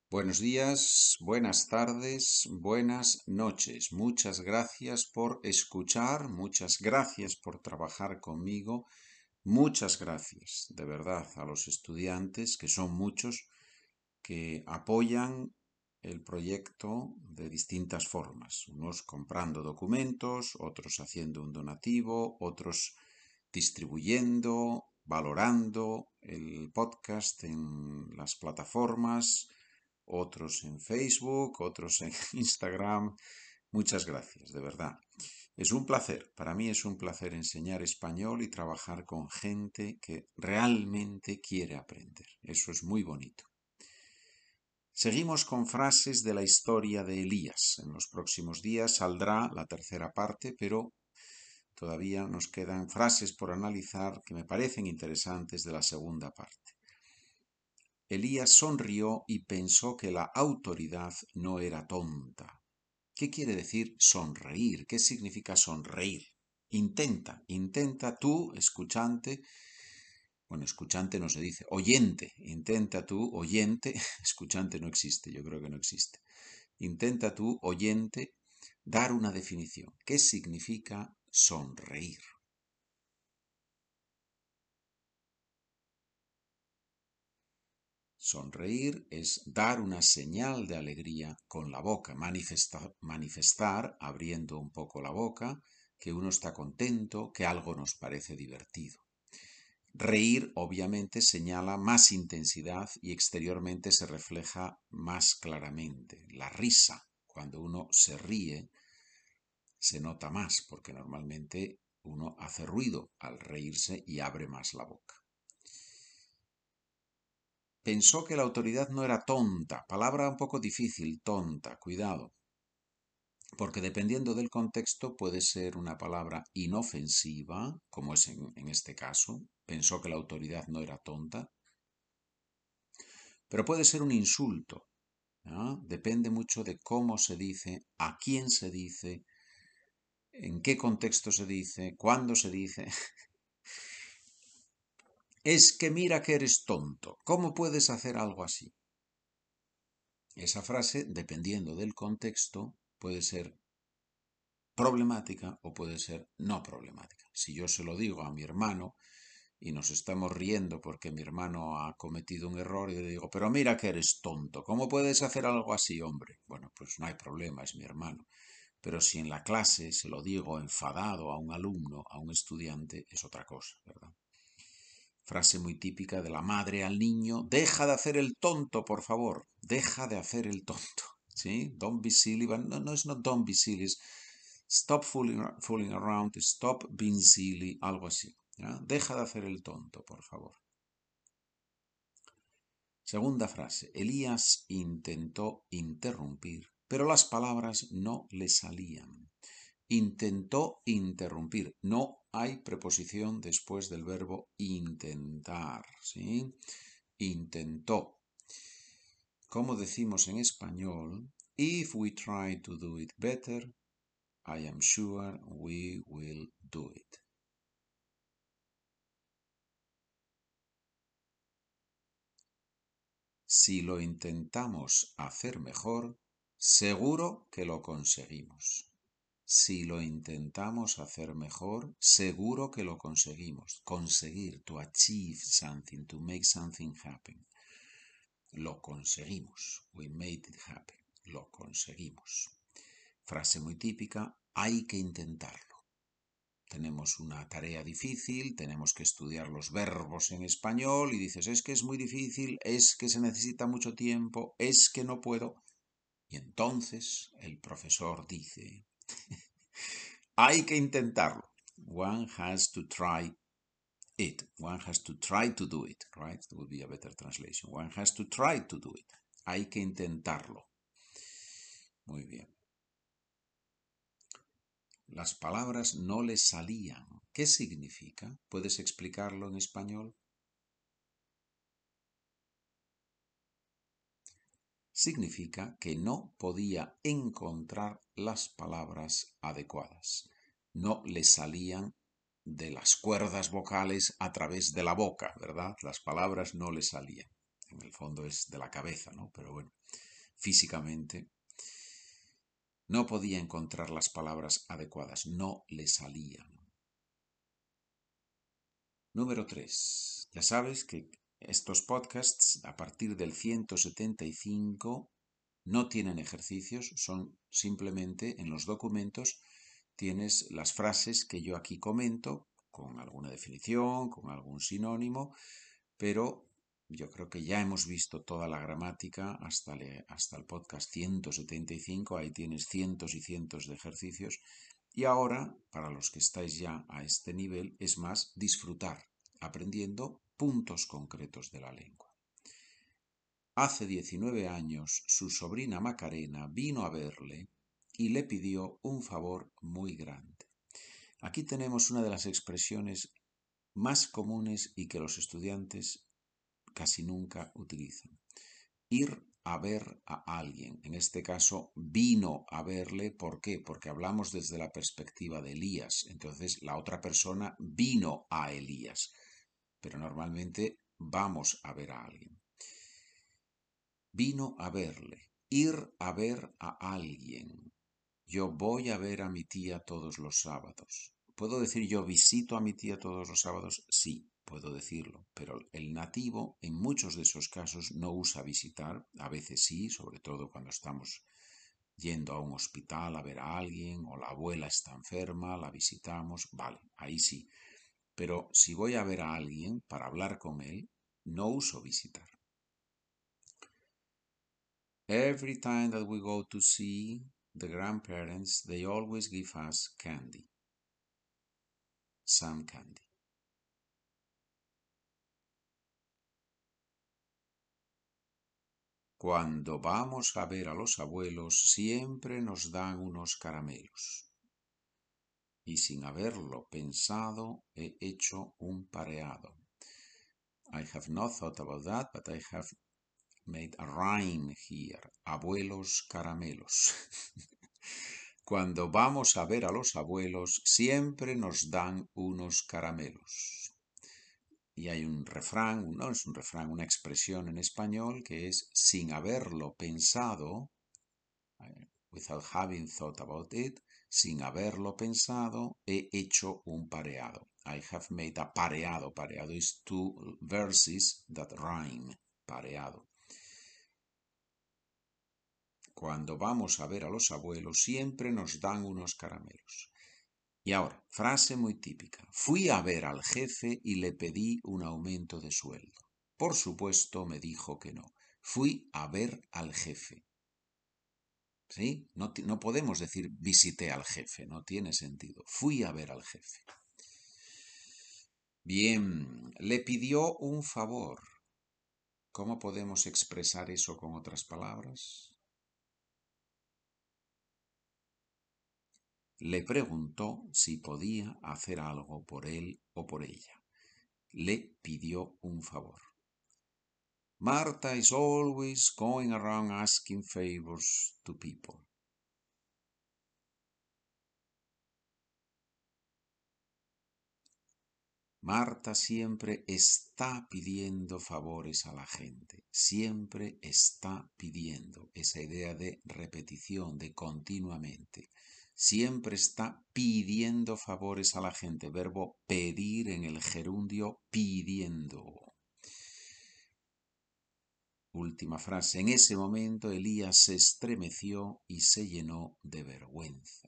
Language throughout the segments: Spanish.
Buenos días, buenas tardes, buenas noches. Muchas gracias por escuchar, muchas gracias por trabajar conmigo, muchas gracias de verdad a los estudiantes, que son muchos, que apoyan el proyecto de distintas formas, unos comprando documentos, otros haciendo un donativo, otros distribuyendo, valorando el podcast en las plataformas, otros en Facebook, otros en Instagram. Muchas gracias, de verdad. Es un placer, para mí es un placer enseñar español y trabajar con gente que realmente quiere aprender. Eso es muy bonito. Seguimos con frases de la historia de Elías. En los próximos días saldrá la tercera parte, pero todavía nos quedan frases por analizar que me parecen interesantes de la segunda parte. Elías sonrió y pensó que la autoridad no era tonta. ¿Qué quiere decir sonreír? ¿Qué significa sonreír? Intenta tú, escuchante, bueno, escuchante no se dice, oyente, intenta tú, oyente, escuchante no existe, yo creo que no existe. Intenta tú, oyente, dar una definición. ¿Qué significa sonreír? Sonreír es dar una señal de alegría con la boca, manifestar, abriendo un poco la boca, que uno está contento, que algo nos parece divertido. Reír obviamente señala más intensidad y exteriormente se refleja más claramente. La risa, cuando uno se ríe, se nota más porque normalmente uno hace ruido al reírse y abre más la boca. Pensó que la autoridad no era tonta, palabra un poco difícil, tonta, cuidado, porque dependiendo del contexto puede ser una palabra inofensiva, como es en este caso, pensó que la autoridad no era tonta, pero puede ser un insulto, ¿no? Depende mucho de cómo se dice, a quién se dice, en qué contexto se dice, cuándo se dice. Es que mira que eres tonto, ¿cómo puedes hacer algo así? Esa frase, dependiendo del contexto, puede ser problemática o puede ser no problemática. Si yo se lo digo a mi hermano y nos estamos riendo porque mi hermano ha cometido un error y le digo, pero mira que eres tonto, ¿cómo puedes hacer algo así, hombre? Bueno, pues no hay problema, es mi hermano. Pero si en la clase se lo digo enfadado a un alumno, a un estudiante, es otra cosa, ¿verdad? Frase muy típica de la madre al niño, deja de hacer el tonto, por favor, deja de hacer el tonto, ¿sí? Don't be silly, but no es not don't be silly, es stop fooling around, stop being silly, algo así, ¿ya? Deja de hacer el tonto, por favor. Segunda frase, Elías intentó interrumpir, pero las palabras no le salían. Intentó interrumpir. No hay preposición después del verbo intentar, ¿sí? Intentó. Como decimos en español, if we try to do it better, I am sure we will do it. Si lo intentamos hacer mejor, seguro que lo conseguimos. Si lo intentamos hacer mejor, seguro que lo conseguimos. Conseguir, to achieve something, to make something happen. Lo conseguimos. We made it happen. Lo conseguimos. Frase muy típica, hay que intentarlo. Tenemos una tarea difícil, tenemos que estudiar los verbos en español y dices, es que es muy difícil, es que se necesita mucho tiempo, es que no puedo. Y entonces el profesor dice, hay que intentarlo. One has to try it. One has to try to do it, right? That would be a better translation. One has to try to do it. Hay que intentarlo. Muy bien. Las palabras no le salían. ¿Qué significa? ¿Puedes explicarlo en español? Significa que no podía encontrar las palabras adecuadas. No le salían de las cuerdas vocales a través de la boca, ¿verdad? Las palabras no le salían. en el fondo es de la cabeza, ¿no? Pero bueno, físicamente no podía encontrar las palabras adecuadas, no le salían. Número 3. Ya sabes que estos podcasts, a partir del 175, no tienen ejercicios, son simplemente en los documentos tienes las frases que yo aquí comento, con alguna definición, con algún sinónimo, pero yo creo que ya hemos visto toda la gramática hasta el podcast 175, ahí tienes cientos y cientos de ejercicios. Y ahora, para los que estáis ya a este nivel, es más disfrutar, aprendiendo puntos concretos de la lengua. Hace 19 años, su sobrina Macarena vino a verle y le pidió un favor muy grande. Aquí tenemos una de las expresiones más comunes y que los estudiantes casi nunca utilizan. Ir a ver a alguien. En este caso, vino a verle. ¿Por qué? Porque hablamos desde la perspectiva de Elías. Entonces, la otra persona vino a Elías. Pero normalmente vamos a ver a alguien. Vino a verle. Ir a ver a alguien. Yo voy a ver a mi tía todos los sábados. ¿Puedo decir yo visito a mi tía todos los sábados? Sí, puedo decirlo, pero el nativo en muchos de esos casos no usa visitar, a veces sí, sobre todo cuando estamos yendo a un hospital a ver a alguien o la abuela está enferma, la visitamos, vale, ahí sí. Pero si voy a ver a alguien para hablar con él, no uso visitar. Every time that we go to see the grandparents, they always give us candy. Some candy. Cuando vamos a ver a los abuelos, siempre nos dan unos caramelos. Y sin haberlo pensado, he hecho un pareado. I have not thought about that, but I have made a rhyme here. Abuelos caramelos. Cuando vamos a ver a los abuelos, siempre nos dan unos caramelos. Y hay un refrán, no es un refrán, una expresión en español que es sin haberlo pensado, without having thought about it, sin haberlo pensado, he hecho un pareado. I have made a pareado. Pareado is two verses that rhyme. Pareado. Cuando vamos a ver a los abuelos, siempre nos dan unos caramelos. Y ahora, frase muy típica. Fui a ver al jefe y le pedí un aumento de sueldo. Por supuesto, me dijo que no. Fui a ver al jefe. ¿Sí? No podemos decir visité al jefe, no tiene sentido. Fui a ver al jefe. Bien, le pidió un favor. ¿Cómo podemos expresar eso con otras palabras? Le preguntó si podía hacer algo por él o por ella. Le pidió un favor. Marta is always going around asking favors to people. Marta siempre está pidiendo favores a la gente, siempre está pidiendo, esa idea de repetición, de continuamente. Siempre está pidiendo favores a la gente, verbo pedir en el gerundio pidiendo. Última frase. En ese momento Elías se estremeció y se llenó de vergüenza.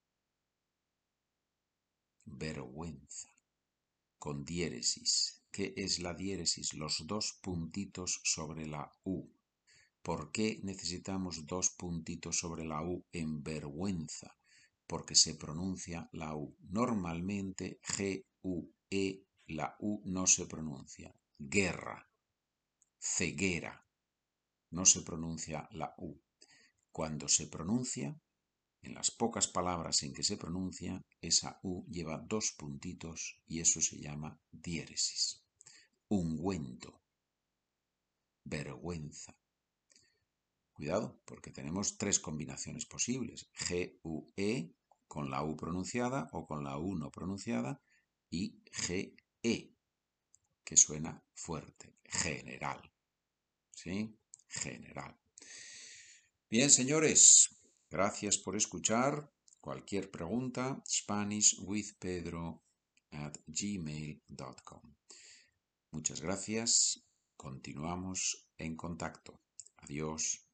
Vergüenza. Con diéresis. ¿Qué es la diéresis? Los dos puntitos sobre la U. ¿Por qué necesitamos dos puntitos sobre la U en vergüenza? Porque se pronuncia la U. Normalmente G-U-E, la U no se pronuncia. Guerra, ceguera, no se pronuncia la U. Cuando se pronuncia, en las pocas palabras en que se pronuncia, esa U lleva dos puntitos y eso se llama diéresis. Ungüento. Vergüenza. Cuidado, porque tenemos tres combinaciones posibles. G-U-E con la U pronunciada o con la U no pronunciada y G-E, que suena fuerte, general. ¿sí? General. Bien, señores, gracias por escuchar. Cualquier pregunta, SpanishWithPedro@gmail.com. Muchas gracias. Continuamos en contacto. Adiós.